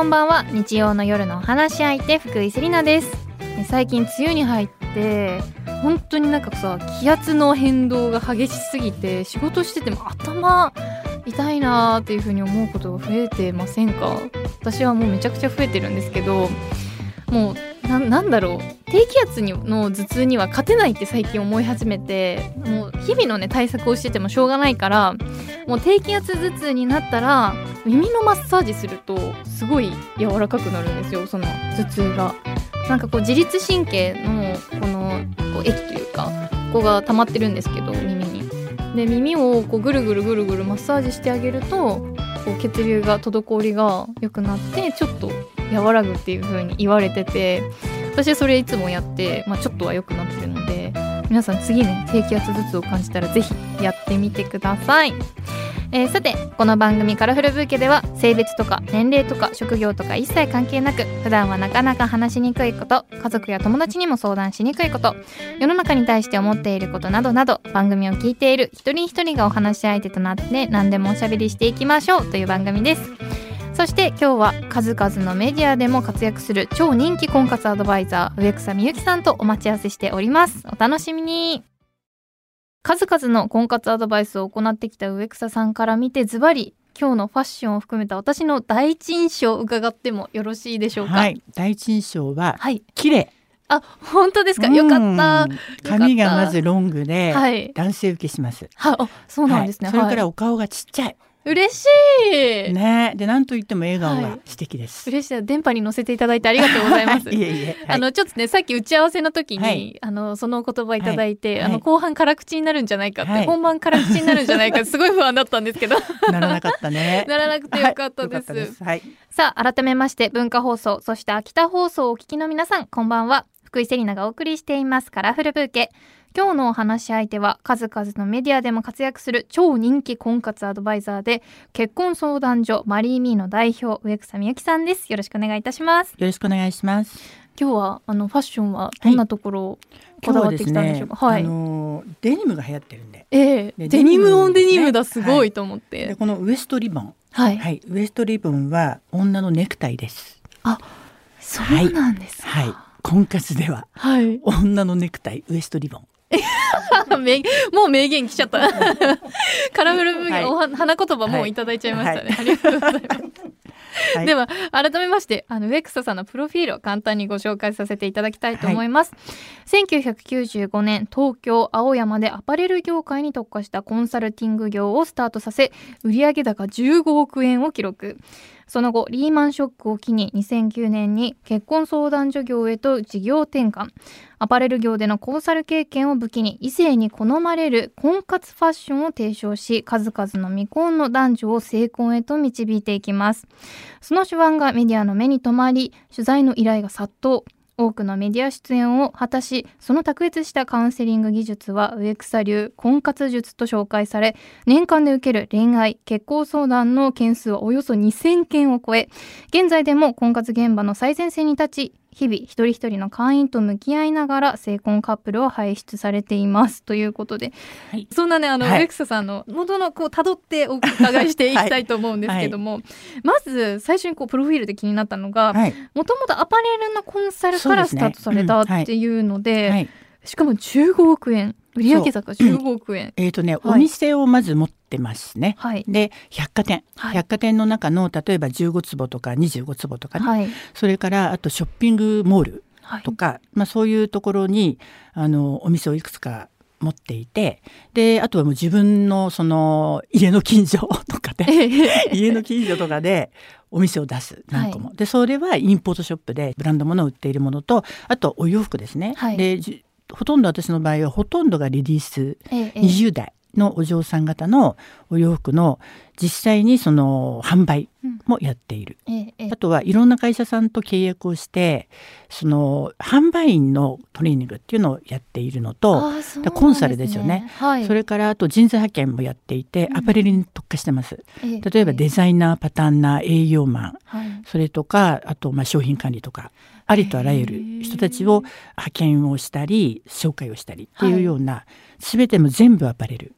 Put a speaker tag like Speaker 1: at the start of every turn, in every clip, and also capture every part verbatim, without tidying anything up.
Speaker 1: こんばんは。日曜の夜のお話し相手福井セリナです。最近梅雨に入って本当になんかさ、気圧の変動が激しすぎて仕事してても頭痛いなーっていう風に思うことが増えてませんか？私はもうめちゃくちゃ増えてるんですけど、もう な, なんだろう低気圧の頭痛には勝てないって最近思い始めて、もう日々のね対策をしててもしょうがないから、もう低気圧頭痛になったら耳のマッサージするとすごい柔らかくなるんですよ、その頭痛が。なんかこう自律神経のこのこう液というかここが溜まってるんですけど、耳にで耳をこうぐるぐるぐるぐるマッサージしてあげると、こう血流が滞りが良くなってちょっと和らぐっていう風に言われてて、私はそれいつもやって、まあ、ちょっとは良くなってるので、皆さん次ね低気圧頭痛を感じたらぜひやってみてください。えー、さてこの番組カラフルブーケでは性別とか年齢とか職業とか一切関係なく、普段はなかなか話しにくいこと、家族や友達にも相談しにくいこと、世の中に対して思っていることなどなど、番組を聞いている一人一人がお話し相手となって何でもおしゃべりしていきましょうという番組です。そして今日は数々のメディアでも活躍する超人気婚活アドバイザー植草美幸さんとお待ち合わせしております。お楽しみに。数々の婚活アドバイスを行ってきた植草さんから見て、ズバリ今日のファッションを含めた私の第一印象を伺ってもよろしいでしょうか？
Speaker 2: はい、第一印象は、
Speaker 1: はい、
Speaker 2: 綺麗。
Speaker 1: あ、本当ですか？よかった。
Speaker 2: 髪がまずロングで、はい、男性受けします。
Speaker 1: はあ、そうなんですね。
Speaker 2: はい、それからお顔がちっちゃい。
Speaker 1: 嬉しい
Speaker 2: ね。でなんといっても笑顔が素敵です、
Speaker 1: はい、嬉しい。電波に乗せていただいてありがとうございます。
Speaker 2: いえいえ、はい、
Speaker 1: あのちょっとねさっき打ち合わせの時に、はい、あのその言葉いただいて、はい、あの後半辛口になるんじゃないかって、はい、本番辛口になるんじゃないかってすごい不安だったんですけど
Speaker 2: ならなかったね。
Speaker 1: ならなくてよかったです。はい、ですはい、さあ改めまして文化放送、そして秋田放送をお聞きの皆さん、こんばんは。福井セリナがお送りしていますカラフルブーケ。今日のお話し相手は数々のメディアでも活躍する超人気婚活アドバイザーで結婚相談所マリーミーの代表、植草美幸さんです。よろしくお願いいたします。
Speaker 2: よろしくお願いします。
Speaker 1: 今日はあのファッションはどんなところをこだわってきたんでしょうか？
Speaker 2: はい、今日はですね、あのデニムが流行ってるんで、
Speaker 1: えー、でデニムオンデニムだ、すごいと思って、はい、
Speaker 2: でこのウエストリボン、
Speaker 1: はい
Speaker 2: はい、ウエストリボンは女のネクタイです。
Speaker 1: あ、そうなんですか？
Speaker 2: はい、はい、婚活では、はい、女のネクタイウエストリボン
Speaker 1: もう名言来ちゃったカラフルブーケ、はい、お花言葉もういただいちゃいましたね、はい、ありがとうございます、はい、では改めましてあの植草さんのプロフィールを簡単にご紹介させていただきたいと思います、はい、せんきゅうひゃくきゅうじゅうごねん東京青山でアパレル業界に特化したコンサルティング業をスタートさせ、売上高じゅうごおくえんを記録。その後リーマンショックを機ににせんきゅうねんに結婚相談所業へと事業転換。アパレル業でのコンサル経験を武器に異性に好まれる婚活ファッションを提唱し、数々の未婚の男女を成婚へと導いていきます。その手腕がメディアの目に留まり、取材の依頼が殺到。多くのメディア出演を果たし、その卓越したカウンセリング技術は植草流婚活術と紹介され、年間で受ける恋愛結婚相談の件数はおよそにせんけんを超え、現在でも婚活現場の最前線に立ち、日々一人一人の会員と向き合いながら成婚カップルを輩出されていますということで、はい、そんなねあの、はい、植草さんの元のこう辿ってお伺いしていきたいと思うんですけども、はいはい、まず最初にこうプロフィールで気になったのが、もともとアパレルのコンサルからスタートされたっていうので、はい、しかもじゅうごおくえん、売上高じゅうごおくえん、
Speaker 2: えーとね、はい、お店をまず持ってますね、はい、で百貨店、はい、百貨店の中の例えばじゅうごつぼとかにじゅうごつぼとかね、はい、それからあとショッピングモールとか、はい、まあ、そういうところにあのお店をいくつか持っていて、であとはもう自分のその家の近所とかで家の近所とかでお店を出す何個も、はい、でそれはインポートショップでブランド物を売っているものと、あとお洋服ですね、はい、でほとんど私の場合はほとんどがレディース、ええ、にじゅうだいのお嬢さん方のお洋服の実際にその販売もやっている、うん、ええ、あとはいろんな会社さんと契約をしてその販売員のトレーニングっていうのをやっているのと、ね、コンサルですよね、はい、それからあと人材派遣もやっていて、うん、アパレルに特化してます、ええ、例えばデザイナー、パタンナー、営業マン、はい、それとかあとまあ商品管理とかありとあらゆる人たちを派遣をしたり紹介をしたりっていうような、はい、全ても全部アパレル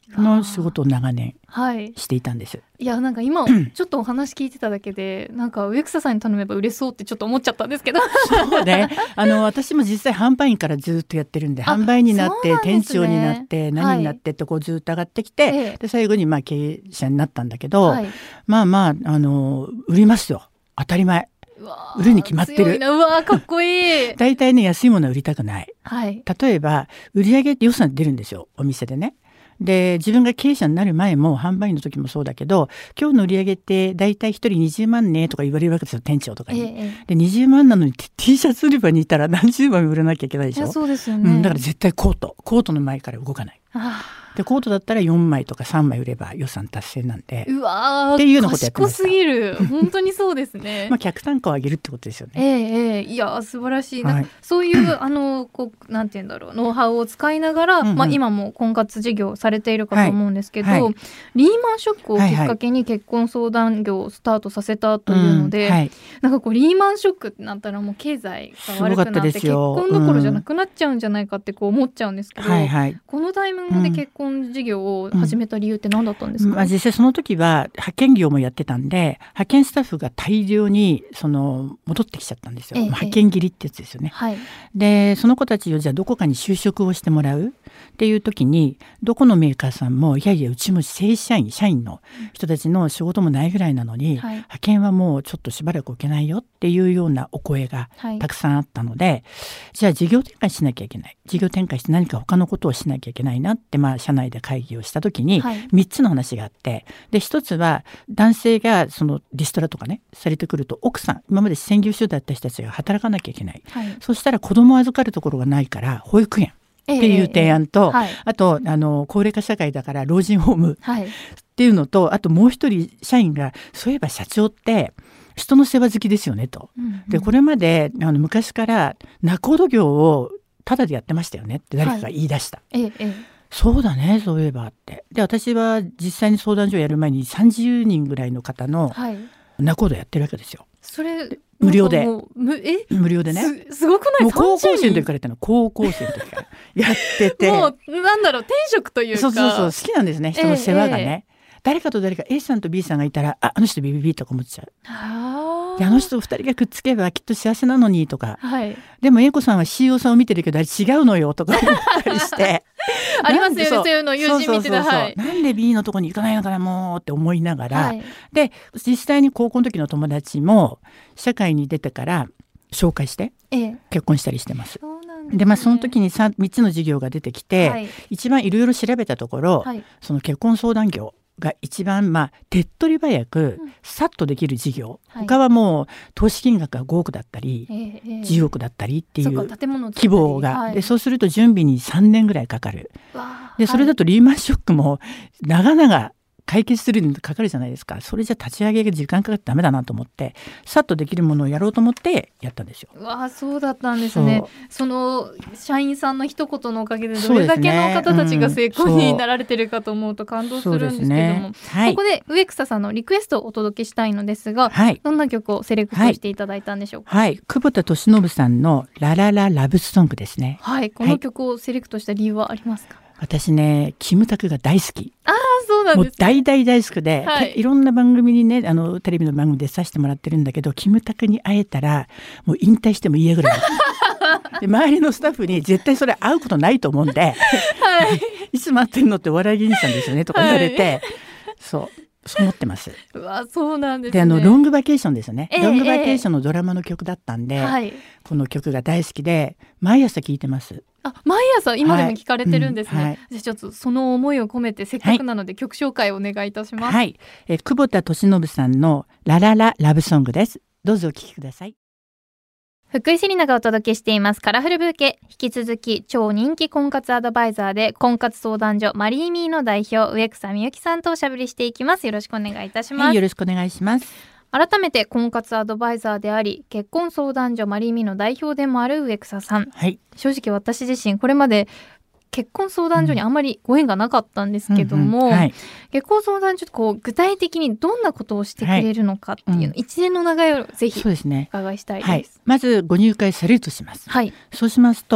Speaker 2: の仕事を長年していたんです、
Speaker 1: はい、いやなんか今ちょっとお話聞いてただけでなんか植草さんに頼めば売れそうってちょっと思っちゃったんですけど
Speaker 2: そうね、あの私も実際販売員からずっとやってるんで、販売員になって、ね、店長になって何になってってこうずっと上がってきて、はい、で最後にまあ経営者になったんだけど、はい、まあまあ、あの売りますよ、当たり前、売るに決まってる。強いな、
Speaker 1: うわかっこいい
Speaker 2: だいたいね安いものは売りたくない、
Speaker 1: はい、
Speaker 2: 例えば売り上げって予算出るんですよ、お店でね。で自分が経営者になる前も販売員の時もそうだけど、今日の売り上げってだいたいひとりにじゅうまんねとか言われるわけですよ、店長とかに、ええ、でにじゅうまんなのに T シャツ売り場にいたら何十枚も売らなきゃいけないでしょ。
Speaker 1: いやそうですよね、
Speaker 2: うん、だから絶対コートコートの前から動かない。あでコートだったらよんまいとかさんまい売れば予算達成なんで、
Speaker 1: うわ
Speaker 2: っていうようなことやってました。
Speaker 1: 賢すぎる本当にそうですね
Speaker 2: まあ客単価を上げるってことですよね。
Speaker 1: ええええ、いや素晴らしい、はい、そういうあのこうなんていうんだろう、ノウハウを使いながら、うんうん、まあ、今も婚活事業されているかと思うんですけど、はいはい、リーマンショックをきっかけに結婚相談業をスタートさせたというので、はいはい、なんかこうリーマンショックってなったらもう経済が悪くなって結婚どころじゃなくなっちゃうんじゃないかってこう思っちゃうんですけど、はいはい、このタイミングで結婚事業を始めた理由って何だったんですか？
Speaker 2: うんまあ、実際その時は派遣業もやってたんで、派遣スタッフが大量にその戻ってきちゃったんですよ、ええ、派遣切りってやつですよね、はい、でその子たちをじゃあどこかに就職をしてもらうっていう時に、どこのメーカーさんもいやいやうちも正社員社員の人たちの仕事もないぐらいなのに、はい、派遣はもうちょっとしばらく受けないよっていうようなお声がたくさんあったので、はい、じゃあ事業展開しなきゃいけない、事業展開して何か他のことをしなきゃいけないなって、まあ、社内で会議をした時にみっつの話があって、でひとつは男性がそのリストラとかねされてくると、奥さん今まで専業主婦だった人たちが働かなきゃいけない、はい、そしたら子供を預かるところがないから保育園っていう提案と、ええはい、あとあの高齢化社会だから老人ホームっていうのと、はい、あともう一人社員がそういえば社長って人の世話好きですよねと、うんうん、でこれまであの昔から仲人業をタダでやってましたよねって誰かが言い出した、はいええ、そうだねそういえばって。で私は実際に相談所をやる前にさんじゅうにんぐらいの方の仲人やってるわけですよ。
Speaker 1: それ
Speaker 2: 無料で
Speaker 1: むえ
Speaker 2: 無料でね
Speaker 1: す, すごくない？
Speaker 2: もう高校生の時からやったの、高校生の時からやってて
Speaker 1: もうなんだろう転職というか、
Speaker 2: そうそうそう好きなんですね、人の世話がね、ええ、誰かと誰か A さんと B さんがいたらああの人ビビビとか思っちゃう。あであの人ふたりがくっつけばきっと幸せなのにとか、はい、でも A 子さんは シーイーオー さんを見てるけどあれ違うのよとか思ったりして
Speaker 1: ありますよね、そういうの友人見てた、はい、
Speaker 2: なんで B のとこに行かないのかなもうって思いながら、はい、で実際に高校の時の友達も社会に出てから紹介して結婚したりしてます、ええでまあ、その時に 3, みっつの事業が出てきて、はい、一番いろいろ調べたところ、はい、その結婚相談業が一番、まあ、手っ取り早くさっとできる事業、うん、他はもう投資金額がごおくだったり、はい、じゅうおくだったりっていう規模が、はい、でそうすると準備にさんねんぐらいかかる。でそれだとリーマンショックも長々解決するのにかかるじゃないですか。それじゃ立ち上げが時間かかってダメだなと思ってさっとできるものをやろうと思ってやったんですよ。
Speaker 1: わあそうだったんですね。そ, その社員さんの一言のおかげでどれだけの方たちが成功になられてるかと思うと感動するんですけども、ねはい、ここで植草さんのリクエストをお届けしたいのですが、はい、どんな曲をセレクトしていただいたんでしょうか？
Speaker 2: はい、はい、久保田利伸さんのララララブソングですね。
Speaker 1: はい、この曲をセレクトした理由はありますか？はい、
Speaker 2: 私ねキムタクが大好き。
Speaker 1: あそうなんです、ね、
Speaker 2: もう大大大好きで、はい、いろんな番組にねあのテレビの番組でさせてもらってるんだけど、キムタクに会えたらもう引退してもいいぐらいで周りのスタッフに絶対それ会うことないと思うんで、はい、いつ待ってるのってお笑い芸人さんですよねとか言われて、はい、そうそう思ってます。
Speaker 1: うわそうなんですね。
Speaker 2: であのロングバケーションですよね、えー、ロングバケーションのドラマの曲だったんで、えー、この曲が大好きで毎朝聴いてます。
Speaker 1: あ毎朝今でも聞かれてるんですね、はいうんはい、じゃあちょっとその思いを込めてせっかくなので曲紹介をお願いいたします。
Speaker 2: はい、えー、久保田利伸さんのララララブソングです。どうぞお聴きください。
Speaker 1: 福井セリナがお届けしていますカラフルブーケ。引き続き超人気婚活アドバイザーで婚活相談所マリーミーの代表植草美幸さんとおしゃべりしていきます。よろしくお願いいたします。
Speaker 2: はい、よろしくお願いします。
Speaker 1: 改めて婚活アドバイザーであり結婚相談所マリーミーの代表でもある植草さん、はい、正直私自身これまで結婚相談所にあんまりご縁がなかったんですけども、うんうんはい、結婚相談所ってこう具体的にどんなことをしてくれるのかっていうの、はいうん、一連の流れをぜひお伺いしたいです。
Speaker 2: はい、まずご入会されるとします、はい、そうしますと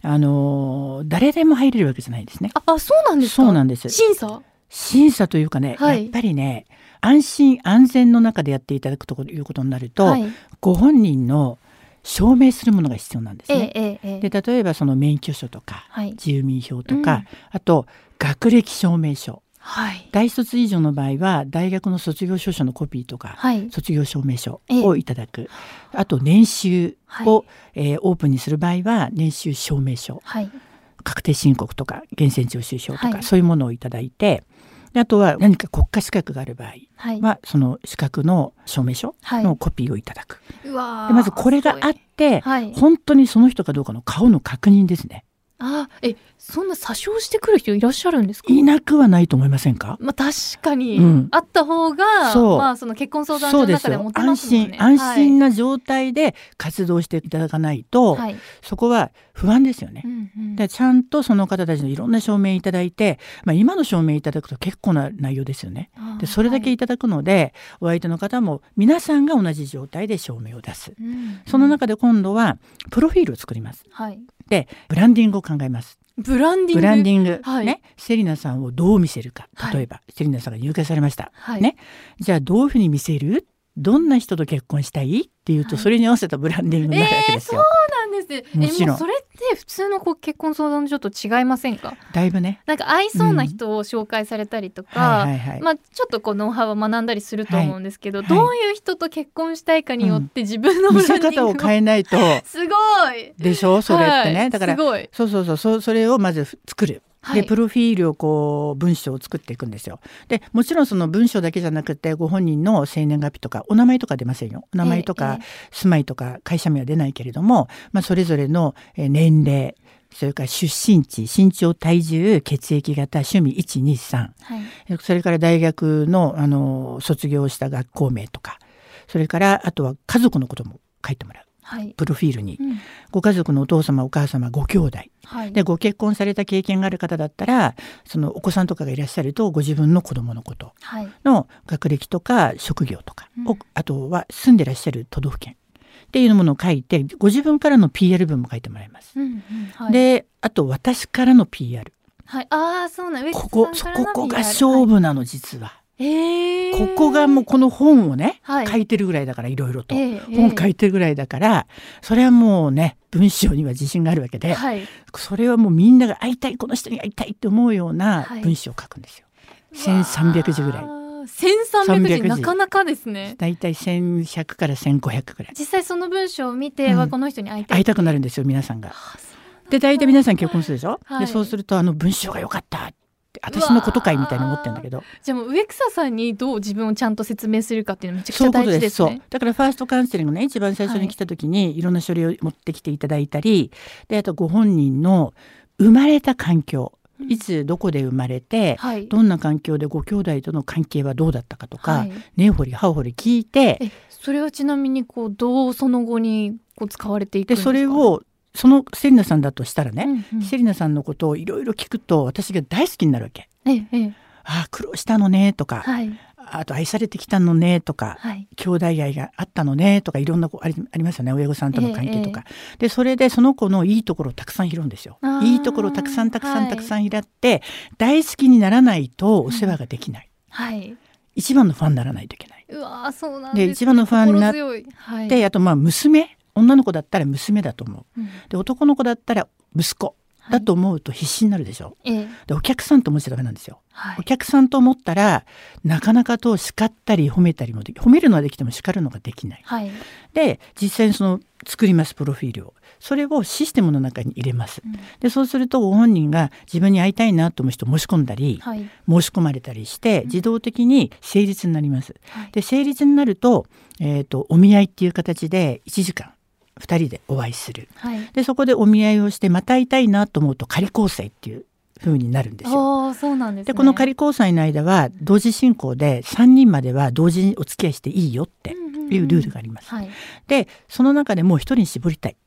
Speaker 2: あの誰でも入れるわけじゃないですね。
Speaker 1: ああ、そうなんですか。
Speaker 2: そうなんです。
Speaker 1: 審査
Speaker 2: 審査というかね、はい、やっぱりね安心安全の中でやっていただくということになると、はい、ご本人の証明するものが必要なんですね。えええ、で例えばその免許証とか、はい、住民票とか、うん、あと学歴証明書、はい、大卒以上の場合は大学の卒業証書のコピーとか、はい、卒業証明書をいただく、ええ、あと年収を、はいえー、オープンにする場合は年収証明書、はい、確定申告とか源泉徴収書とか、はい、そういうものをいただいて、あとは何か国家資格がある場合は、はい、その資格の証明書のコピーをいただく、はい、うわでまずこれがあって、はい、本当にその人かどうかの顔の確認ですね。
Speaker 1: あえそんな詐称してくる人いらっしゃるんですか。
Speaker 2: いなくはないと思いませんか。
Speaker 1: まあ、確かに、うん、あった方がそう、まあ、その結婚相談所の中でモテますもんね。
Speaker 2: 安心、安心な状態で活動していただかないと、はい、そこは不安ですよね、うんうん、でちゃんとその方たちのいろんな証明いただいて、まあ、今の証明いただくと結構な内容ですよね。でそれだけいただくので、はい、お相手の方も皆さんが同じ状態で証明を出す、うんうん、その中で今度はプロフィールを作ります、はい、でブランディングを考えます。
Speaker 1: ブランディング、
Speaker 2: ブランディング、はい、ね、セリナさんをどう見せるか。例えば、はい、セリナさんが入会されました、はいね、じゃあどういうふうに見せる、どんな人と結婚したいっていうと、はい、それに合わせたブランディングになるわけですよ。
Speaker 1: えー、そうなんですね。えもうそれって普通のこう結婚相談所と違いませんか。
Speaker 2: だいぶね、
Speaker 1: なんか合いそうな人を紹介されたりとか、まあ、ちょっとこうノウハウを学んだりすると思うんですけど、はい、どういう人と結婚したいかによって自分のブランディングを、
Speaker 2: 見せ方を変えないと
Speaker 1: すごい
Speaker 2: でしょそれってね、はい、だから
Speaker 1: すごい
Speaker 2: そうそうそう、そ, それをまず作る。でプロフィールをこう文章を作っていくんですよ。でもちろんその文章だけじゃなくてご本人の生年月日とかお名前とか出ませんよ。お名前とか住まいとか会社名は出ないけれども、まあ、それぞれの年齢、それから出身地、身長、体重、血液型、趣味いちにさん、はい、それから大学 の, あの卒業した学校名とか、それからあとは家族のことも書いてもらう。はい、プロフィールに、うん、ご家族のお父様お母様ご兄弟、はい、でご結婚された経験がある方だったら、そのお子さんとかがいらっしゃるとご自分の子供のことの学歴とか職業とかを、うん、あとは住んでらっしゃる都道府県っていうものを書いて、ご自分からの ピーアール 文も書いてもらいます、うんうんはい、であと私からの ピーアール、
Speaker 1: はい、あそうなん、
Speaker 2: ここそこが勝負なの、実は。
Speaker 1: えー、
Speaker 2: ここがもうこの本をね、はい、書いてるぐらいだから、いろいろと、
Speaker 1: えー、
Speaker 2: 本書いてるぐらいだから、それはもうね文章には自信があるわけで、はい、それはもうみんなが会いたい、この人に会いたいって思うような文章を書くんですよ、はい、せんさんびゃくじぐらい。
Speaker 1: せんさんびゃくじなかなかですね。
Speaker 2: だいたいせんひゃくからせんごひゃくぐらい。
Speaker 1: 実際その文章を見て、うん、はこの人に会いたい
Speaker 2: 会いたくなるんですよ、皆さんが。で大体皆さん結婚するでしょ、はい、でそうするとあの文章が良かった私のことかいみたいに思ってるんだけど、
Speaker 1: じゃあもう植草さんにどう自分をちゃんと説明するかっていうのめちゃくちゃ大事ですね。
Speaker 2: そういうことです。そうだからファーストカウンセリングね、一番最初に来た時に、はい、いろんな書類を持ってきていただいたり、であとご本人の生まれた環境、いつどこで生まれて、はい、どんな環境でご兄弟との関係はどうだったかとか、はい、根掘り葉掘り聞いて、
Speaker 1: えそれはちなみにこうどうその後にこう使われていくんですか。
Speaker 2: でそれをそのセリナさんだとしたらね、うんうん、セリナさんのことをいろいろ聞くと私が大好きになるわけ。
Speaker 1: ええ、
Speaker 2: ああ苦労したのねとか、はい、あと愛されてきたのねとか、
Speaker 1: はい、
Speaker 2: 兄弟愛があったのねとか、いろんなあり、ありますよね、親御さんとの関係とか、ええ、でそれでその子のいいところをたくさん拾うんですよ。いいところをたくさんたくさんたくさん拾って、はい、大好きにならないとお世話ができない、うんはい、一番のファンにならないといけない。
Speaker 1: うわそうなんです、ね、
Speaker 2: で一番のファンになって、はい、あとまあ娘、女の子だったら娘だと思う、うん、で男の子だったら息子だと思うと必死になるでしょ、はい、でお客さんと思っちゃダメなんですよ、はい、お客さんと思ったらなかなかと叱ったり褒めたりもでき、褒めるのはできても叱るのができない、はい、で実際にその作りますプロフィールを、それをシステムの中に入れます、うん、でそうするとご本人が自分に会いたいなと思う人を申し込んだり、はい、申し込まれたりして自動的に成立になります、うん、で成立になると、えーと、お見合いっていう形でいちじかんふたりでお会いする、はい、でそこでお見合いをしてまた会いたいなと思うと仮交際っていう風になるんですよ。
Speaker 1: あ、そうなんですね。
Speaker 2: でこの仮交際の間は同時進行でさんにんまでは同時にお付き合いしていいよっていうルールがあります、うんうんうんはい、でその中でもうひとりに絞りたい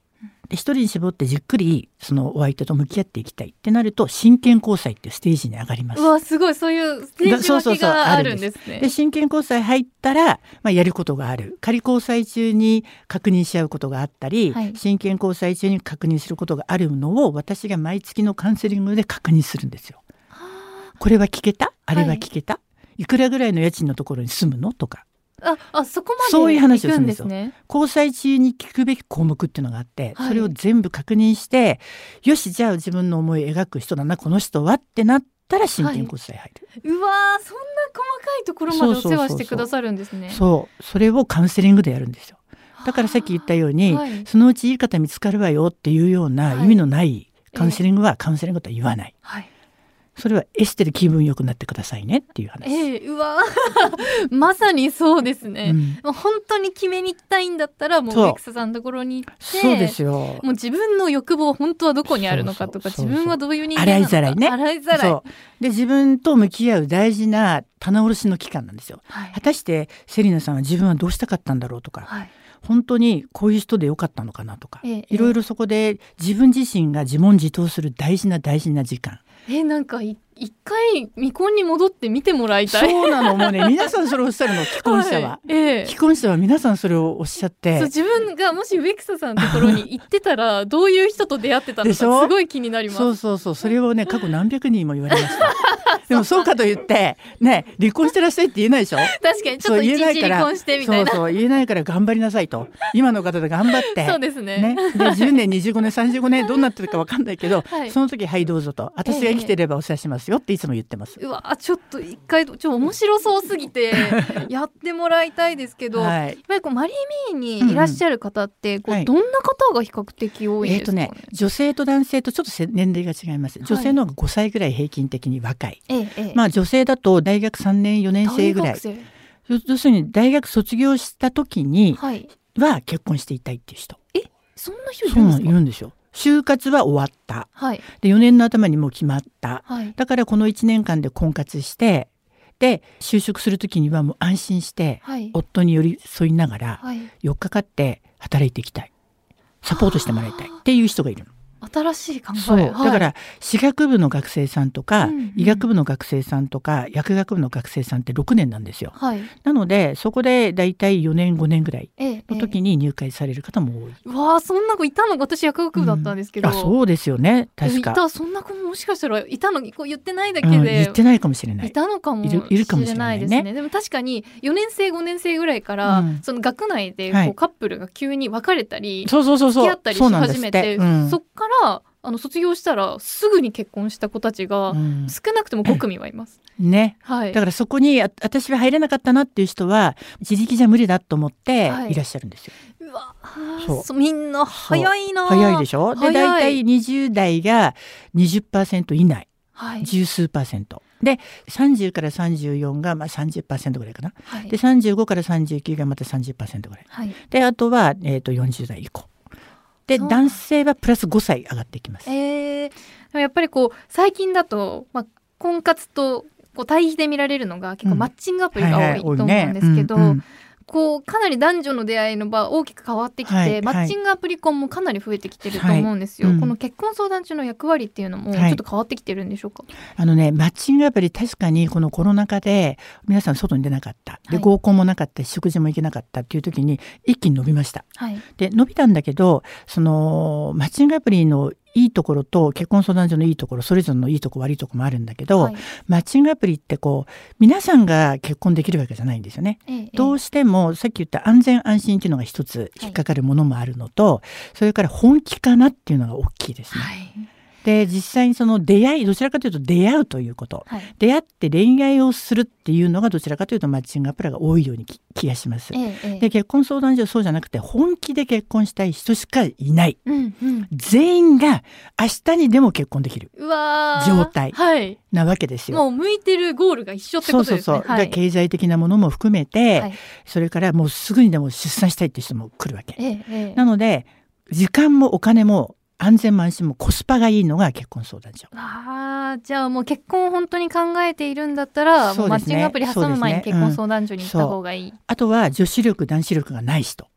Speaker 2: で一人に絞ってじっくりそのお相手と向き合っていきたいってなると真剣交際っていうステージに上がります。
Speaker 1: うわすごい、そういうステージ分けがあるんですね。
Speaker 2: で真剣交際入ったら、まあ、やることがある。仮交際中に確認し合うことがあったり、はい、真剣交際中に確認することがあるのを私が毎月のカウンセリングで確認するんですよ。これは聞けた？あれは聞けた？はい、いくらぐらいの家賃のところに住むのとか、
Speaker 1: ああそこまで
Speaker 2: そういう話をするんですよ。
Speaker 1: ね、
Speaker 2: 交際中に聞くべき項目っていうのがあって、はい、それを全部確認してよしじゃあ自分の思いを描く人だなこの人はってなったら真剣交際入る、
Speaker 1: はい、うわーそんな細かいところまでお世話してくださるんですね。
Speaker 2: そうそれをカウンセリングでやるんですよ。だからさっき言ったように、はい、そのうちいい方見つかるわよっていうような意味のないカウンセリングはカウンセリングとは言わない、はい、それはエステで気分よくなってくださいねっていう話。
Speaker 1: えー、うわまさにそうですね、うん、本当に決めに行きたいんだったらもう植草さんのところに行って、
Speaker 2: そうですよ。
Speaker 1: もう自分の欲望本当はどこにあるのかとか、そうそうそうそう、自分はどういう人間なのか、
Speaker 2: 洗いざらいね、
Speaker 1: 洗いざらい
Speaker 2: そうで自分と向き合う大事な棚卸しの期間なんですよ、はい、果たしてセリナさんは自分はどうしたかったんだろうとか、はい、本当にこういう人でよかったのかなとか、ええ、いろいろそこで自分自身が自問自答する大事な大事な時間。
Speaker 1: えなんかい一回未婚に戻って見てもらいたい。
Speaker 2: そうなのもうね皆さんそれをおっしゃるの既婚者は、はいええ、既婚者は皆さんそれをおっしゃって、
Speaker 1: そう自分がもし植草さんのところに行ってたらどういう人と出会ってたのかすごい気になります。
Speaker 2: そうそうそうそれをね過去何百人も言われましたでもそうかと言ってね離婚してらっしゃいって言えないでしょ。
Speaker 1: 確かにちょっと一日離婚してみたいな。
Speaker 2: そうそう言えないから頑張りなさいと今の方で頑張って
Speaker 1: そうですね、
Speaker 2: ねでじゅうねんにじゅうごねんさんじゅうごねんどうなってるか分かんないけど、はい、その時はいどうぞと私が生きてればお世話しますよっていつも言ってます、えー、
Speaker 1: うわちょっと一回ちょっと面白そうすぎてやってもらいたいですけど、はい、やっぱりこうマリーミーにいらっしゃる方って、うん、こうどんな方が比較的多いんですかね。
Speaker 2: えーとね、女性と男性とちょっと年齢が違います。女性の方がごさいぐらい平均的に若い、はいええまあ、女性だと大学さんねんよねん生ぐらい、要するに大学卒業した時には結婚していたいっていう人、
Speaker 1: えそんな人いるんですか。
Speaker 2: いるんですよ。就活は終わった、
Speaker 1: はい、
Speaker 2: でよねんの頭にもう決まった、
Speaker 1: はい、
Speaker 2: だからこのいちねんかんで婚活してで就職する時にはもう安心して、はい、夫に寄り添いながらよっかかって働いていきたい、サポートしてもらいたいっていう人がいるの。
Speaker 1: 新しい考え。
Speaker 2: そう、はい、だから歯学部の学生さんとか、うんうん、医学部の学生さんとか薬学部の学生さんってろくねんなんですよ、はい、なのでそこでだいたいよねんごねんぐらいの時に入会される方も多い、ええ、
Speaker 1: うわそんな子いたの。私薬学部だったんですけど、
Speaker 2: うん、あそうですよね確か
Speaker 1: いた。そんな子もしかしたらいたのにこう言ってないだけで、
Speaker 2: うん、言ってないかもしれない。
Speaker 1: いたのかもしれないですね。でも確かによねん生ごねん生ぐらいから、うん、その学内でこう、はい、カップルが急に別れたり
Speaker 2: そうそうそうそう
Speaker 1: 付き合ったりし始めて、うん、そっからあの卒業したらすぐに結婚した子たちが少なくともごくみはいます、
Speaker 2: うん、ね、はい、だからそこにあ私は入れなかったなっていう人は自力じゃ無理だと思っていらっしゃるんですよ、はい、
Speaker 1: うわそうみんな早いな。
Speaker 2: 早いでしょ。でだいたいにじゅう代が にじゅっパーセント 以内、はい、十数パーセントでさんじゅうからさんじゅうよんがまあ さんじゅっパーセント ぐらいかな、はい、でさんじゅうごからさんじゅうきゅうがまた さんじゅっパーセント ぐらい、はい、であとは、えー、とよんじゅう代以降で男性はプラスごさい上がっていきます、
Speaker 1: えー、でもやっぱりこう最近だと、まあ、婚活とこう対比で見られるのが結構マッチングアプリが多いと思うんですけど、こうかなり男女の出会いの場大きく変わってきて、はいはい、マッチングアプリ婚もかなり増えてきてると思うんですよ、はいうん、この結婚相談所の役割っていうのもちょっと変わってきてるんでしょうか。はい、
Speaker 2: あのねマッチングアプリ確かにこのコロナ禍で皆さん外に出なかったで、はい、合コンもなかったし食事も行けなかったっていう時に一気に伸びました、はい、で伸びたんだけどそのマッチングアプリのいいところと結婚相談所のいいところそれぞれのいいところ悪いところもあるんだけど、はい、マッチングアプリってこう皆さんが結婚できるわけじゃないんですよね、ええ、どうしてもさっき言った安全安心っていうのが一つ引っかかるものもあるのと、はい、それから本気かなっていうのが大きいですね、はい、で実際にその出会いどちらかというと出会うということ、はい、出会って恋愛をするっていうのがどちらかというとマッチングアプリが多いように気がします、ええ、で結婚相談所はそうじゃなくて本気で結婚したい人しかいない、うんうん、全員が明日にでも結婚できる状態なわけですよ、
Speaker 1: はい、もう向いてるゴールが一緒ってことですね。
Speaker 2: そうそうそう、はい、経済的なものも含めて、はい、それからもうすぐにでも出産したいっていう人も来るわけ、ええ、なので時間もお金も安全も安心もコスパがいいのが結婚相談所。
Speaker 1: あじゃあもう結婚を本当に考えているんだったら、ね、もうマッチングアプリ挟む前に結婚相談所に行った方がいい、
Speaker 2: うん、あとは女子力男子力がない人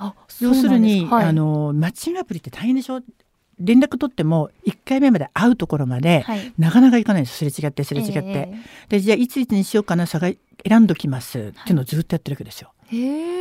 Speaker 2: 要するに、はい、あのマッチングアプリって大変でしょ。連絡取ってもいっかいめまで会うところまで、はい、なかなか行かないんです。すれ違ってすれ違って、えー、でじゃあいついつにしようかな探選んどきますっていうのをずっとやってるわけですよ。はい、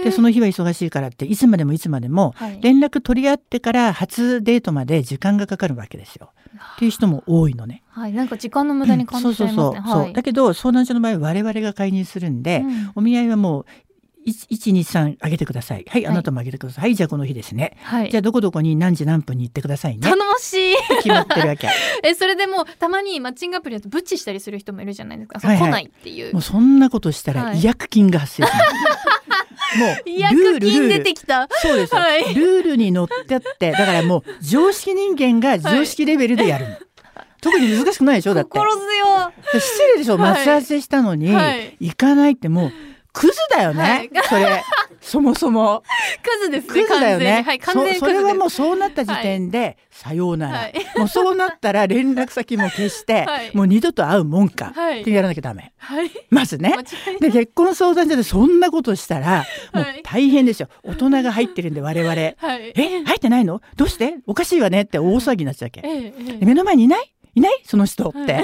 Speaker 2: でその日は忙しいからっていつまでもいつまでも連絡取り合ってから初デートまで時間がかかるわけですよ、っていう人も多いのね。
Speaker 1: はい、なんか時間の無駄に感じちゃいますね。
Speaker 2: そうだけど相談所の場合は我々が介入するんで、うん、お見合いはもういちにさん上げてください。はい、はい、あなたも上げてください。はい、じゃあこの日ですね、はい、じゃあどこどこに何時何分に行ってくださいね。
Speaker 1: 頼もしい
Speaker 2: 決まってるわけ
Speaker 1: えそれでもたまにマッチングアプリだとブッチしたりする人もいるじゃないですか。そう、はいはい、来ないっていう。
Speaker 2: もうそんなことしたら違約金が発生する、はい、もう
Speaker 1: 違約金出てきた。
Speaker 2: そうですよ、はい、ルールに乗ってってだからもう常識人間が常識レベルでやるの、はい、特に難しくないでしょ。だって
Speaker 1: 心強
Speaker 2: 失礼でしょ、はい、待ち合わせしたのに、はい、行かないってもうクズだよね、はい、それそもそも
Speaker 1: クズですね。
Speaker 2: クズだよね、
Speaker 1: はい、完全にクズです。
Speaker 2: そ, それはもうそうなった時点で、はい、さようなら、はい、もうそうなったら連絡先も消して、はい、もう二度と会うもんか、はい、ってやらなきゃダメ、はい、まずね。で結婚相談所でそんなことしたらもう大変ですよ。大人が入ってるんで我々、はい、え入ってないのどうしておかしいわねって大騒ぎになっちゃうわけ、えええ、目の前にいないいないその人って、はい、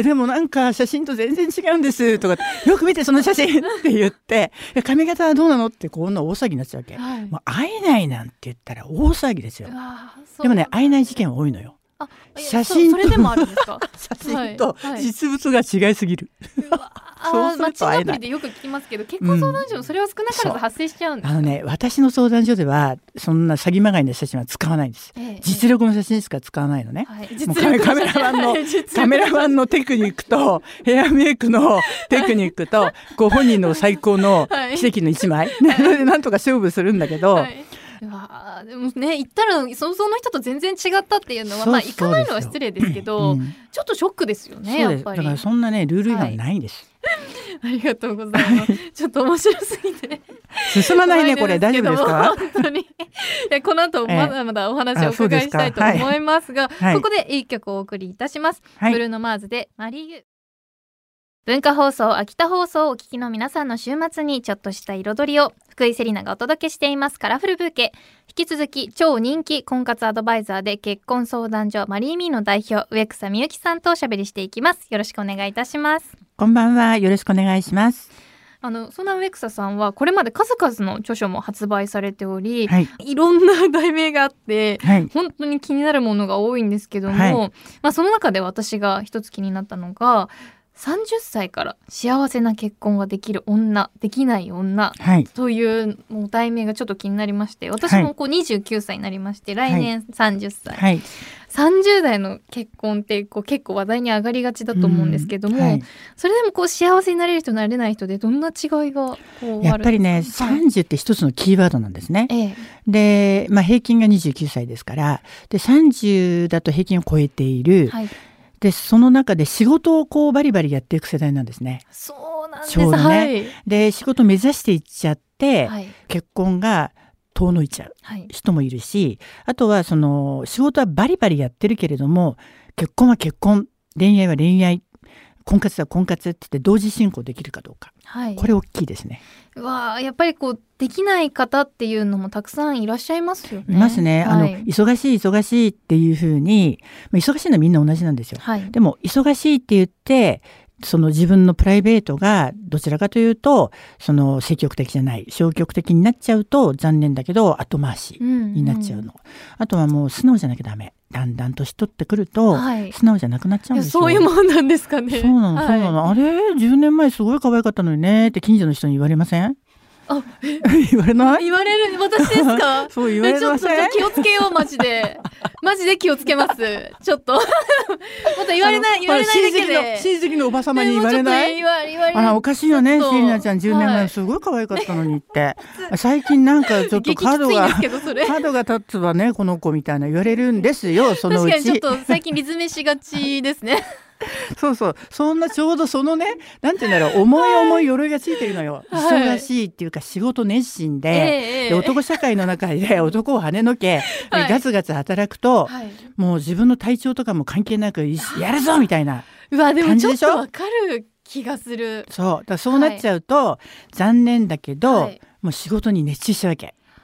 Speaker 2: でもなんか写真と全然違うんですとかよく見てその写真って言って髪型はどうなのってこんな大騒ぎになっちゃうわけ、はい、もう会えないなんて言ったら大騒ぎですよ。でもね会えない事件多いのよ。
Speaker 1: あ写真と そ, それでもあるんですか
Speaker 2: 写真と実物が違いすぎる、
Speaker 1: はいはい、そうすると会えない。マッチングアプリでよく聞きますけど結婚相談所もそれは少なからず発生しちゃうんですか、
Speaker 2: うん、あのね私の相談所ではそんな詐欺まがいの写真は使わないんです、ええ、実力の写真しか使わないのね、はい、もうカメラマンのカメラマンのテクニックとヘアメイクのテクニックとご本人の最高の奇跡の一枚、はい、それでなんとか勝負するんだけど、はい、
Speaker 1: うわでもね行ったら想像の人と全然違ったっていうのはまあ行かないのは失礼ですけど、うん、ちょっとショックですよね。やっぱり
Speaker 2: だからそんなねルール違反ないんです、
Speaker 1: はい、ありがとうございますちょっと面白すぎて
Speaker 2: 進まないねこれ大丈夫ですか。
Speaker 1: 本当にいやこの後まだまだお話をお伺いしたいと思いますが、はい、ここでいい曲をお送りいたします、はい、ブルーノマーズでマリーユ。文化放送秋田放送をお聞きの皆さんの週末にちょっとした彩りを福井セリナがお届けしていますカラフルブーケ。引き続き超人気婚活アドバイザーで結婚相談所マリーミーの代表植草美幸さんとおしゃべりしていきます。よろしくお願いいたします。
Speaker 2: こんばんは、よろしくお願いします。
Speaker 1: あのそんな植草さんはこれまで数々の著書も発売されており、はい、いろんな題名があって、はい、本当に気になるものが多いんですけども、はいまあ、その中で私が一つ気になったのがさんじゅっさいから幸せな結婚ができる女できない女、はい、という題名がちょっと気になりまして、私もこうにじゅうきゅうさいになりまして、はい、来年さんじゅっさい、はい、さんじゅう代の結婚ってこう結構話題に上がりがちだと思うんですけども、はい、それでもこう幸せになれる人なれない人でどんな違いがこうあるんですか。
Speaker 2: やっぱりねさんじゅうって一つのキーワードなんですね、ええ、で、まあ、平均がにじゅうきゅうさいですからでさんじゅうだと平均を超えている、はいでその中で仕事をこうバリバリやっていく世代なんですね。
Speaker 1: そうなんです、
Speaker 2: ちょうどね、
Speaker 1: はい、
Speaker 2: で仕事目指していっちゃって、はい、結婚が遠のいちゃう人もいるし、はい、あとはその仕事はバリバリやってるけれども結婚は結婚恋愛は恋愛婚活は婚活って言って同時進行できるかどうか、はい、これ大きいですね。
Speaker 1: うわやっぱりこうできない方っていうのもたくさんいらっしゃいますよね。
Speaker 2: いますね、はい、あの忙しい忙しいっていうふうに忙しいのはみんな同じなんですよ、はい、でも忙しいって言ってその自分のプライベートがどちらかというとその積極的じゃない消極的になっちゃうと残念だけど後回しになっちゃうの、うんうん、あとはもう素直じゃなきゃダメ。だんだん年取ってくると、はい、素直じゃなくなっちゃうんですよ。
Speaker 1: そういうもんなんですかね。
Speaker 2: そうなの、はい、そうなの。あれじゅうねんまえすごい可愛かったのにねって近所の人に言われません？
Speaker 1: あ
Speaker 2: 言われない？
Speaker 1: 言われる私ですか？
Speaker 2: そう言われません？
Speaker 1: ちょっと気をつけようマジでマジで気をつけますちょっともっと言われない言われないだけで
Speaker 2: 親戚のおば様に言われない？
Speaker 1: 言われ言われ
Speaker 2: あおかしいよねシーナちゃんじゅうねんまえすごい可愛かったのにって、はい、最近なんかちょっと角が角が立つわねこの子みたいな言われるんですよ。そのうち
Speaker 1: 確かにちょっと最近リズメしがちですね
Speaker 2: そうそうそんなちょうどそのねなんていうんだろう重い重い鎧がついてるのよ、はい、忙しいっていうか仕事熱心 で,、えー、で男社会の中で男を跳ねのけ、はい、ガツガツ働くと、はい、もう自分の体調とかも関係なくやるぞみたいな
Speaker 1: うわでもちょっとわかる気がする。
Speaker 2: そうだそうなっちゃうと、はい、残念だけど、はい、もう仕事に熱中しちゃうわけ。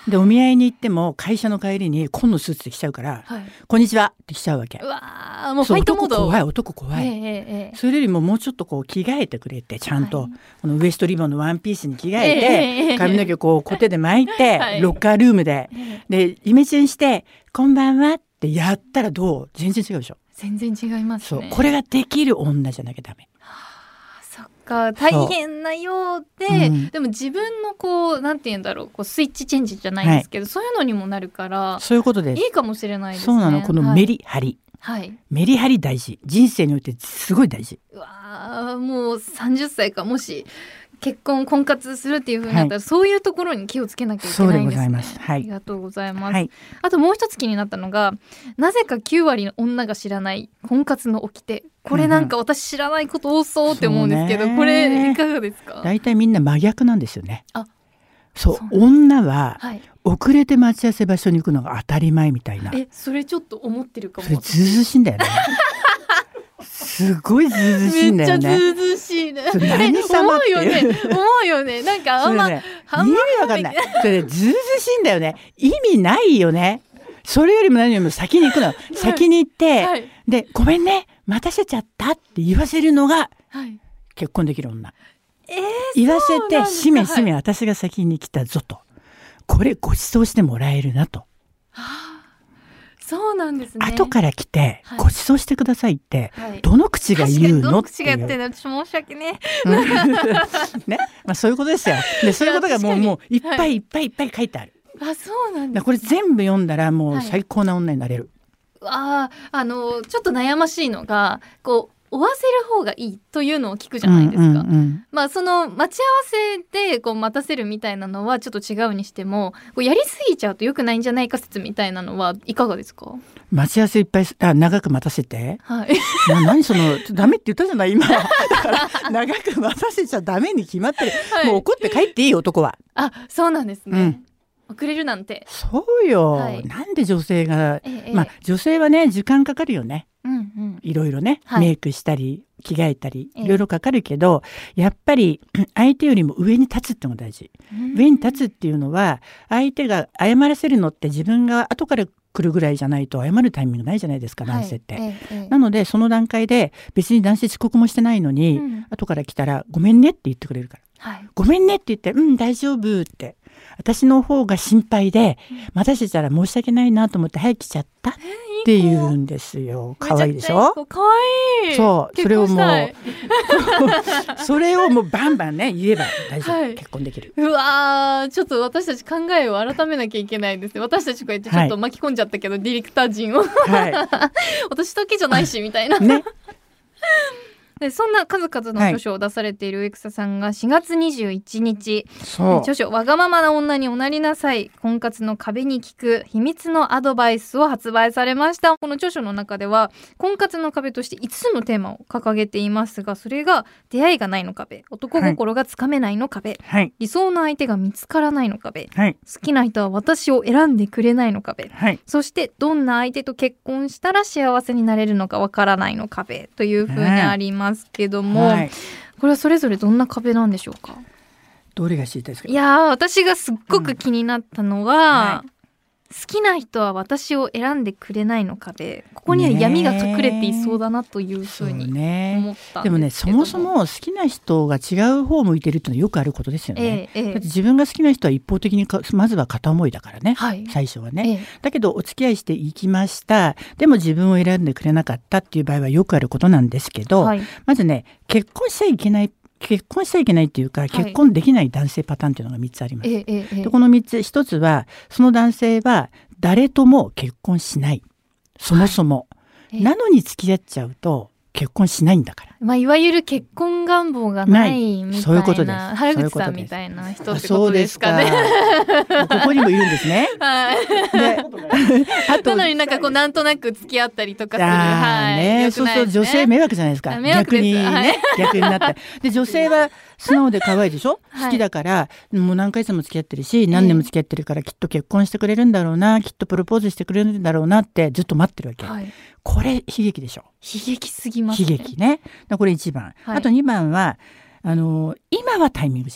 Speaker 2: でお見合いに行っても会社の帰りに紺のスーツで来ちゃうから、はい、こんにちはって来ちゃうわけ。
Speaker 1: うわもうファイトモード。
Speaker 2: 男怖い男怖い、えーえー、それよりももうちょっとこう着替えてくれてちゃんと、はい、このウエストリボンのワンピースに着替えて、えー、髪の毛こうコテで巻いて、はい、ロッカールームで、でイメチェンしてこんばんはってやったらどう？全然違うでしょ。
Speaker 1: 全然違いますね。
Speaker 2: そうこれができる女じゃなきゃダメ。
Speaker 1: 大変なようで、うん、でも自分のこうなんて言うんだろう、こうスイッチチェンジじゃないですけど、はい、そういうのにもなるから
Speaker 2: そういうことです。
Speaker 1: いいかもしれないですね。
Speaker 2: そうなの、このメリハリ、はい、メリハリ大事、人生においてすごい大事。
Speaker 1: うわもうさんじゅっさいかもし結婚婚活するっていう風になったら、はい、そういうところに気をつけなきゃいけないんですね。そうでございます、はい、ありがとうございます、はい、あともう一つ気になったのが、なぜかきゅうわりの女が知らない婚活の掟、これなんか私知らないこと多そうって思うんですけど、うん、これいかがですか？
Speaker 2: 大体みんな真逆なんですよね。あそうそう女は、はい、遅れて待ち合わせ場所に行くのが当たり前みたいな。
Speaker 1: えそれちょっと思ってるかも。
Speaker 2: それずうずうしいんだよねすごいずうずうしいんだよね。
Speaker 1: めっちゃずうずうしいね。
Speaker 2: 何様っていう
Speaker 1: 思うよね思うよね。なんかあんま、ね、
Speaker 2: 意味わかんない。それずうずうしいんだよね。意味ないよね。それよりも何よりも先に行くの、はい、先に行って、はい、でごめんね待たせちゃったって言わせるのが、はい、結婚できる女、えー、言わせてしめしめ、はい、私が先に来たぞと、これご馳走してもらえるなと、
Speaker 1: はあ、そうなんですね。
Speaker 2: 後から来て、はい、ご馳走してくださいって、はい、どの口が言うのっていう。
Speaker 1: 口が言ってるの私申し訳ね
Speaker 2: ね、まあ、そういうことですよ。でそういうことがもう、もういっぱいいっぱいいっぱい書いてある。
Speaker 1: あ、そうなんですね。
Speaker 2: これ全部読んだらもう最高な女になれる。
Speaker 1: はい、ああのちょっと悩ましいのが、こう追わせる方がいいというのを聞くじゃないですか、うんうんうん、まあその待ち合わせでこう待たせるみたいなのはちょっと違うにしても、こうやりすぎちゃうと良くないんじゃないか説みたいなのはいかがですか？
Speaker 2: 待ち合わせいっぱいあ長く待たせて、はい、な何そのダメって言ったじゃない今だから長く待たせちゃダメに決まってる、はい、もう怒って帰っていい男は。
Speaker 1: あ、そうなんですね、うん、遅れるなんて。
Speaker 2: そうよ、はい、なんで女性が、ええ、まあ女性はね時間かかるよね、うんうん、いろいろね、はい、メイクしたり着替えたりいろいろかかるけど、ええ、やっぱり相手よりも上に立つってのが大事。上に立つっていうのは、相手が謝らせるのって自分が後から来るぐらいじゃないと謝るタイミングないじゃないですか、男性って、はい、ええ、なのでその段階で別に男性遅刻もしてないのに、うん、後から来たらごめんねって言ってくれるから、はい、ごめんねって言って、うん大丈夫って、私の方が心配で、うん、待たせたら申し訳ないなと思って早く来ちゃったって言うんですよ。可愛いでしょ。
Speaker 1: 可愛い。
Speaker 2: そうそれをもうそれをもうバンバンね言えば大丈夫、はい、結婚できる。
Speaker 1: うわちょっと私たち考えを改めなきゃいけないですね。私たちが言ってちょっと巻き込んじゃったけど、はい、ディレクター陣を、はい、私だけじゃないしみたいなねでそんな数々の著書を出されている植草さんがしがつにじゅういちにち、はい、著書わがままな女におなりなさい、婚活の壁に聞く秘密のアドバイスを発売されました。この著書の中では婚活の壁としていつつのテーマを掲げていますが、それが出会いがないの壁、男心がつかめないの壁、はい、理想の相手が見つからないの壁、はい、好きな人は私を選んでくれないの壁、はい、そしてどんな相手と結婚したら幸せになれるのかわからないの壁というふうにありますけども、はい、これはそれぞれどんな壁なんでしょうか？
Speaker 2: どれが知りたいですか？
Speaker 1: いや私がすっごく気になったのは、うんはい、好きな人は私を選んでくれないの壁、ここには闇が隠れていそうだなというふうに思ったんですけど、
Speaker 2: でもね、そもそも好きな人が違う方を向いてるっていうのはよくあることですよね、ええ、だって自分が好きな人は一方的にかまずは片思いだからね、はい、最初はね、ええ、だけどお付き合いしていきました、でも自分を選んでくれなかったっていう場合はよくあることなんですけど、はい、まずね結婚しちゃいけない結婚しちゃいけないっていうか、結婚できない男性パターンっていうのがみっつあります、えええ、でこのみっつ、ひとつはその男性は誰とも結婚しない、そもそも、はい、なのに付き合っちゃうと結婚しないんだから、
Speaker 1: まあ、いわゆる結婚願望がないみたいな、そういうことです。原口さんみたいな人ってことですかね。
Speaker 2: ここにもいるんですね。はい。で、
Speaker 1: あとなのになんかこうなんとなく付き合ったりとかする。
Speaker 2: はい。ね、そうすると女性迷惑じゃないですか。逆にね、はい、逆になった。で女性は素直で可愛いでしょ。好きだから、もう何回も付き合ってるし、何年も付き合ってるからきっと結婚してくれるんだろうな、きっとプロポーズしてくれるんだろうなってずっと待ってるわけ。はい、これ悲劇でしょ。
Speaker 1: 悲劇すぎますね。
Speaker 2: 悲劇ね。これいちばん、はい、あとにばんはあの今はタイミングじゃない。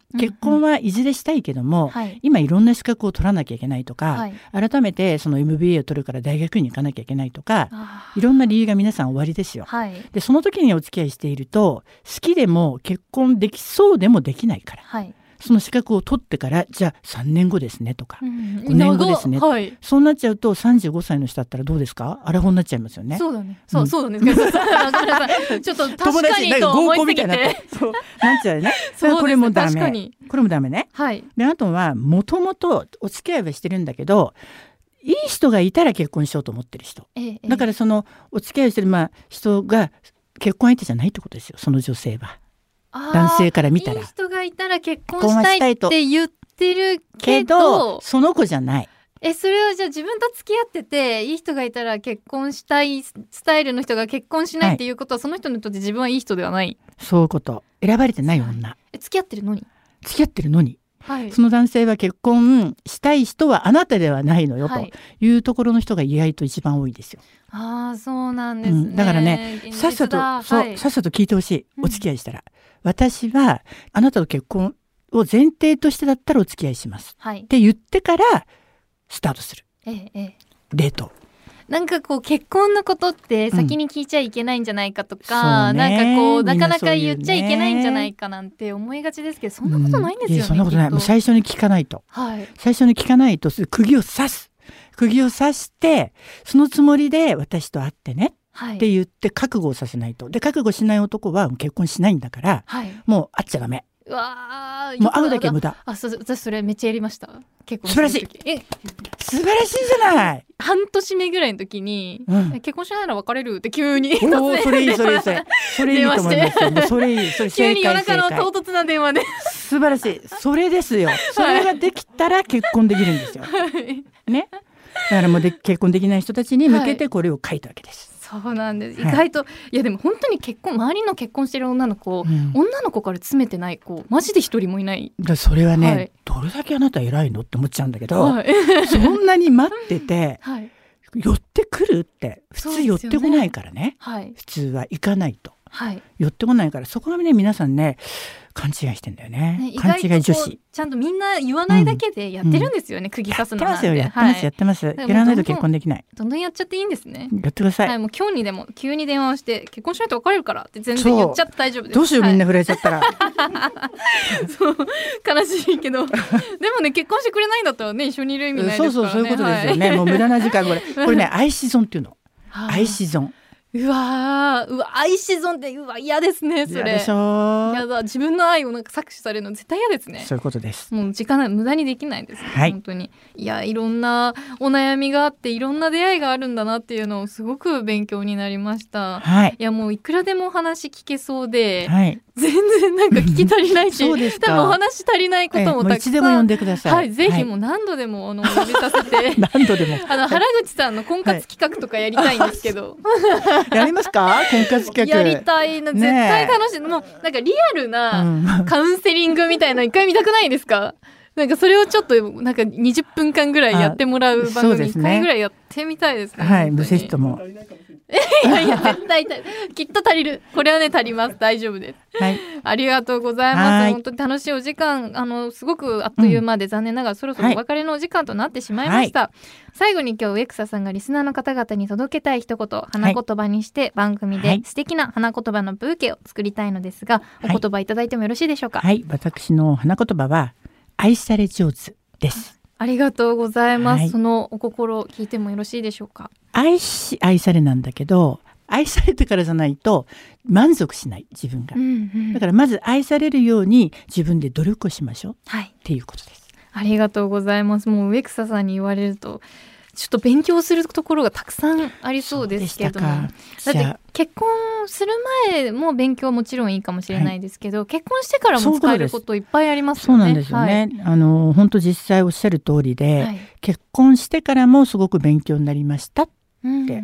Speaker 2: 結婚はいずれしたいけども、うんうん、今いろんな資格を取らなきゃいけないとか、はい、改めてその エムビーエー を取るから大学に行かなきゃいけないとか、いろんな理由が皆さんおありですよ、はい、でその時にお付き合いしていると好きでも結婚できそうでもできないから、はい、その資格を取ってからじゃあさんねんごですねとか、うん、ごねんごですね、はい、そうなっちゃうとさんじゅうごさいの人だったらどうですか、アラフォーになっちゃいますよね。
Speaker 1: そうだね、そう、うん、そうだねちょっと確かにと思いすぎて
Speaker 2: そうなっちゃうねそうこれもダメ、これもダメね、はい、であとはもともとお付き合いはしてるんだけどいい人がいたら結婚しようと思ってる人、ええ、だからそのお付き合いしてる、まあ、人が結婚相手じゃないってことですよ、その女性は。男性から見たら
Speaker 1: いい人がいたら結婚したいって言ってるけ ど,
Speaker 2: けどその子じゃない。
Speaker 1: えそれはじゃあ自分と付き合ってていい人がいたら結婚したいスタイルの人が結婚しないっていうことは、はい、その人にとって自分はいい人ではない。
Speaker 2: そういうこと、選ばれてない女。
Speaker 1: え付き合ってるのに
Speaker 2: 付き合ってるのに、はい、その男性は結婚したい人はあなたではないのよ、はい、というところの人が意外と一番多いですよ。
Speaker 1: ああそうなんですね、うん、
Speaker 2: だからねさっさと、そう、はい、さっさと聞いてほしい。お付き合いしたら、うん、私はあなたと結婚を前提としてだったらお付き合いします、はい、って言ってからスタートする、ええええ、デート。
Speaker 1: なんかこう結婚のことって先に聞いちゃいけないんじゃないかとか、うん、なんかこうなかなか言っちゃいけないんじゃないかなんて思いがちですけど、そんなことないんですよね、うん、いやそんなことない。もう最初に聞かないと、はい、最初に聞かないと釘を刺す釘を刺してそのつもりで私と会ってね、はい、って言って覚悟をさせないと。で覚悟しない男は結婚しないんだから、はい、もう会っちゃダメ。うわもう会うだけ無駄。あそ私それめっちゃやりました。結婚する時素晴らしい。え素晴らしいじゃない。半年目ぐらいの時に、うん、結婚しないなら別れるって急におそれいいそれいいそれそれいいと思いますよ。もうそれいいそれ正解。急に夜中の唐突な電話で素晴らしい。それですよ。それができたら結婚できるんですよ、はい、ね。だからもうで結婚できない人たちに向けてこれを書いたわけです、はい、そうなんです。意外と、はい、いやでも本当に結婚周りの結婚してる女の子、うん、女の子から詰めてない子マジで一人もいない。だそれはね、はい、どれだけあなた偉いのって思っちゃうんだけど、はい、そんなに待ってて、はい、寄ってくるって普通寄ってこないから ね, ね、はい、普通は行かないと、はい、寄ってこないからそこがね皆さんね勘違いしてんだよ ね, ね勘違い女子。ちゃんとみんな言わないだけでやってるんですよね、うん、釘刺すのなんて。やってますよやってます、はい、やってます。やらないと結婚できない。どんどんやっちゃっていいんですね。やってください、はい、もう今日にでも急に電話をして結婚しないと別れるからって全然言っちゃって大丈夫です。どうしよう、はい、みんな振られちゃったらそう悲しいけどでもね結婚してくれないんだったらね一緒にいる意味ないですからね。そうそうそういうことですよね、はい、もう無駄な時間これこれね愛子損っていうの愛子損。うわーうわ愛子損ってうわ嫌ですねそれ。嫌でしょ。やだ自分の愛をなんか搾取されるの絶対嫌ですね。そういうことです。もう時間無駄にできないですね、はい、本当に。いやいろんなお悩みがあっていろんな出会いがあるんだなっていうのをすごく勉強になりました、はい、いやもういくらでもお話聞けそうで、はい、全然なんか聞き足りないしそうですか。多分お話足りないこともたくさん、ええ、もういつでも呼んでください、はい、ぜひもう何度でもあの呼びさせて何度でもあの原口さんの婚活企画とかやりたいんですけど、はい、やりますか婚活企画。やりたいな絶対楽しい、ね、もうなんかリアルなカウンセリングみたいな一回見たくないですか。なんかそれをちょっとなんかにじゅっぷんかんぐらいやってもらう番組いっかいぐらいやってみたいですね。はいぜひともいやいや絶対きっと足りる。これはね足ります大丈夫です、はい、ありがとうございます。本当に楽しいお時間あのすごくあっという間で、うん、残念ながらそろそろお別れのお時間となってしまいました、はい、最後に今日植草さんがリスナーの方々に届けたい一言花言葉にして番組で素敵な花言葉のブーケを作りたいのですが、はい、お言葉いただいてもよろしいでしょうか。はい、私の花言葉は愛され上手です。ありがとうございます、はい、そのお心聞いてもよろしいでしょうか。愛し愛されなんだけど愛されてからじゃないと満足しない自分が、うんうん、だからまず愛されるように自分で努力をしましょう、はい、っていうことです。ありがとうございます。もう植草さんに言われるとちょっと勉強するところがたくさんありそうですけれども、だって結婚する前も勉強はもちろんいいかもしれないですけど、はい、結婚してからも使えることいっぱいありますよね。そうなんですよね、はい、あの本当実際おっしゃる通りで、はい、結婚してからもすごく勉強になりましたって、うんうん、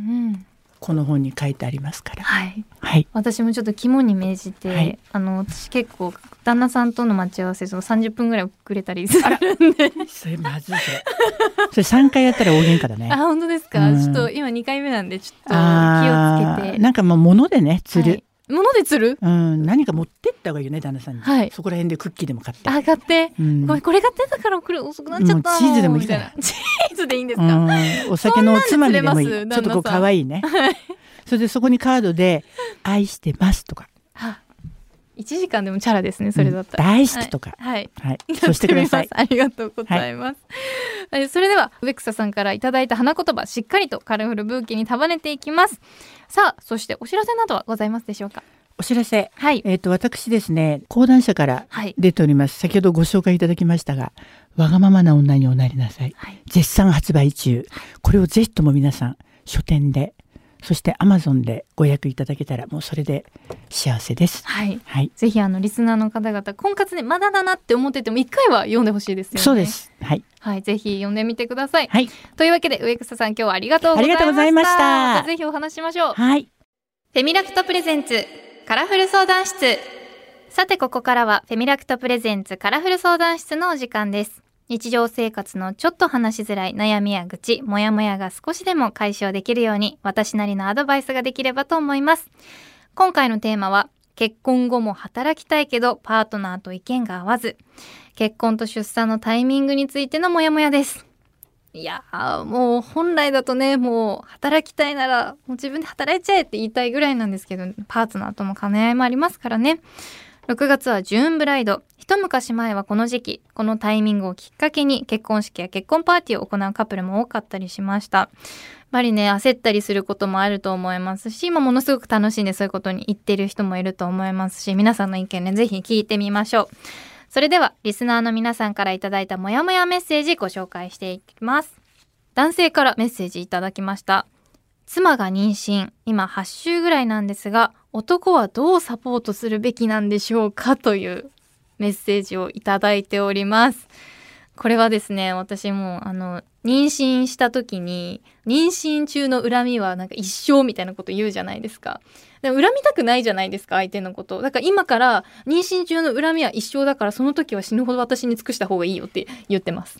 Speaker 1: この本に書いてありますから、はいはい、私もちょっと肝に銘じて、はい、あの私結構旦那さんとの待ち合わせさんじゅっぷんぐらい遅れたりするんでそれまずいそれそれさんかいやったら大喧嘩だね。あ本当ですか、うん、ちょっと今にかいめなんでちょっと気をつけてなんかもう物でね釣る、はい物で釣る？
Speaker 2: うん、何か持ってった方がいいよね旦那さんに、
Speaker 1: はい、
Speaker 2: そこら辺でクッキーでも買って
Speaker 1: あ買って、うん、これこれ買ってたからこれ遅くなっちゃった。
Speaker 2: チーズでもいいから
Speaker 1: チーズでいいんですか？
Speaker 2: うん、お酒のおつまみでもいい。ちょっとこう可愛いねそれでそこにカードで愛してますとか、
Speaker 1: いちじかんでもチャラですねそれだったら、
Speaker 2: うん、大好きとか、
Speaker 1: はい、
Speaker 2: はい、そうしてください
Speaker 1: ありがとうございます、はい、それでは植草さんからいただいた花言葉しっかりとカラフルブーケに束ねていきます。さあそしてお知らせなどはございますでしょうか？
Speaker 2: お知らせ、
Speaker 1: はい、
Speaker 2: えーと私ですね講談社から出ております、はい、先ほどご紹介いただきましたがわがままな女におなりなさい、はい、絶賛発売中。これをぜひとも皆さん書店でそしてアマゾンでご予約いただけたらもうそれで幸せです。
Speaker 1: はい、はい、ぜひあのリスナーの方々婚活ねまだだなって思ってても一回は読んでほしいですよね。
Speaker 2: そうです、はい、
Speaker 1: はい、ぜひ読んでみてください、
Speaker 2: はい、
Speaker 1: というわけで植草さん今日はありがとうございました。
Speaker 2: ありがとうございました。
Speaker 1: ぜひお話しましょう。
Speaker 2: はい、
Speaker 1: フェミラクトプレゼンツカラフル相談室。さてここからはフェミラクトプレゼンツカラフル相談室のお時間です。日常生活のちょっと話しづらい悩みや愚痴、もやもやが少しでも解消できるように私なりのアドバイスができればと思います。今回のテーマは結婚後も働きたいけどパートナーと意見が合わず、結婚と出産のタイミングについてのもやもやです。いやーもう本来だとねもう働きたいならもう自分で働いちゃえって言いたいぐらいなんですけどパートナーとも兼ね合いもありますからね。ろくがつはジューンブライド。一昔前はこの時期このタイミングをきっかけに結婚式や結婚パーティーを行うカップルも多かったりしました。やっぱりね焦ったりすることもあると思いますし今ものすごく楽しんでそういうことに言ってる人もいると思いますし皆さんの意見ねぜひ聞いてみましょう。それではリスナーの皆さんからいただいたもやもやメッセージご紹介していきます。男性からメッセージいただきました。妻が妊娠今はち週ぐらいなんですが男はどうサポートするべきなんでしょうかというメッセージをいただいております。これはですね私もあの妊娠した時に妊娠中の恨みはなんか一生みたいなこと言うじゃないですか。でも恨みたくないじゃないですか相手のこと。だから今から妊娠中の恨みは一生だからその時は死ぬほど私に尽くした方がいいよって言ってます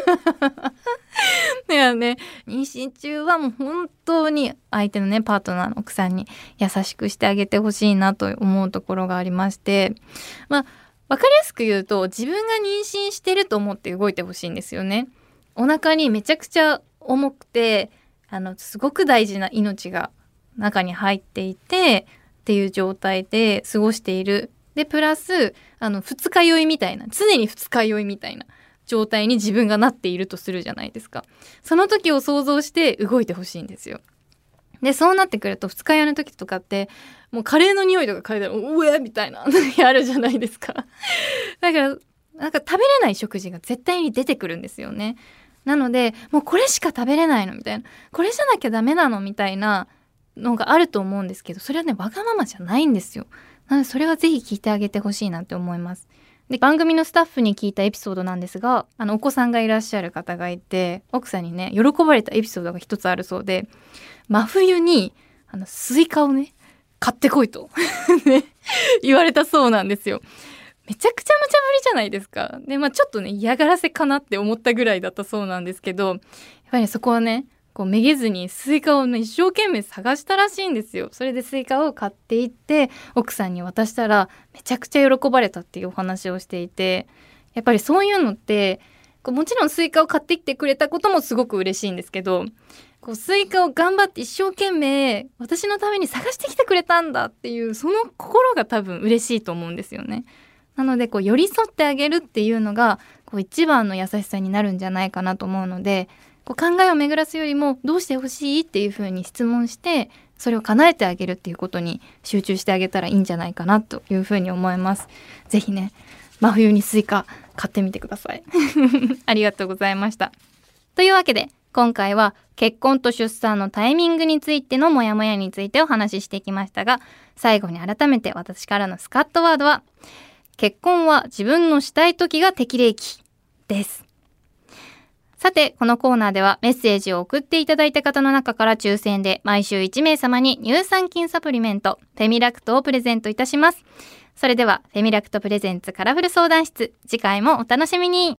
Speaker 1: いやね妊娠中はもう本当に相手のねパートナーの奥さんに優しくしてあげてほしいなと思うところがありまして、まあわかりやすく言うと自分が妊娠してると思って動いてほしいんですよね。お腹にめちゃくちゃ重くてあのすごく大事な命が中に入っていてっていう状態で過ごしている。でプラスあの二日酔いみたいな常に二日酔いみたいな状態に自分がなっているとするじゃないですか。その時を想像して動いてほしいんですよ。でそうなってくると二日酔いの時とかってもうカレーの匂いとか嗅いだらうえみたいなあるじゃないですかだからなんか食べれない食事が絶対に出てくるんですよね。なのでもうこれしか食べれないのみたいなこれじゃなきゃダメなのみたいなのがあると思うんですけどそれはねわがままじゃないんですよ。なのでそれはぜひ聞いてあげてほしいなって思います。で番組のスタッフに聞いたエピソードなんですがあのお子さんがいらっしゃる方がいて奥さんにね喜ばれたエピソードが一つあるそうで真冬にあのスイカをね買ってこいとね言われたそうなんですよ。めちゃくちゃ無茶ぶりじゃないですか。でまあちょっとね嫌がらせかなって思ったぐらいだったそうなんですけどやっぱり、ね、そこはねこうめげずにスイカを、ね、一生懸命探したらしいんですよ。それでスイカを買っていって奥さんに渡したらめちゃくちゃ喜ばれたっていうお話をしていてやっぱりそういうのってこうもちろんスイカを買ってきてくれたこともすごく嬉しいんですけどこうスイカを頑張って一生懸命私のために探してきてくれたんだっていうその心が多分嬉しいと思うんですよね。なのでこう寄り添ってあげるっていうのがこう一番の優しさになるんじゃないかなと思うのでこう考えを巡らすよりもどうしてほしいっていうふうに質問してそれを叶えてあげるっていうことに集中してあげたらいいんじゃないかなというふうに思います。ぜひね真冬にスイカ買ってみてくださいありがとうございました。というわけで今回は結婚と出産のタイミングについてのモヤモヤについてお話ししてきましたが最後に改めて私からのスカッとワードは結婚は自分のしたい時が適齢期です。さてこのコーナーではメッセージを送っていただいた方の中から抽選で毎週いち名様に乳酸菌サプリメントフェミラクトをプレゼントいたします。それではフェミラクトプレゼンツカラフル相談室次回もお楽しみに。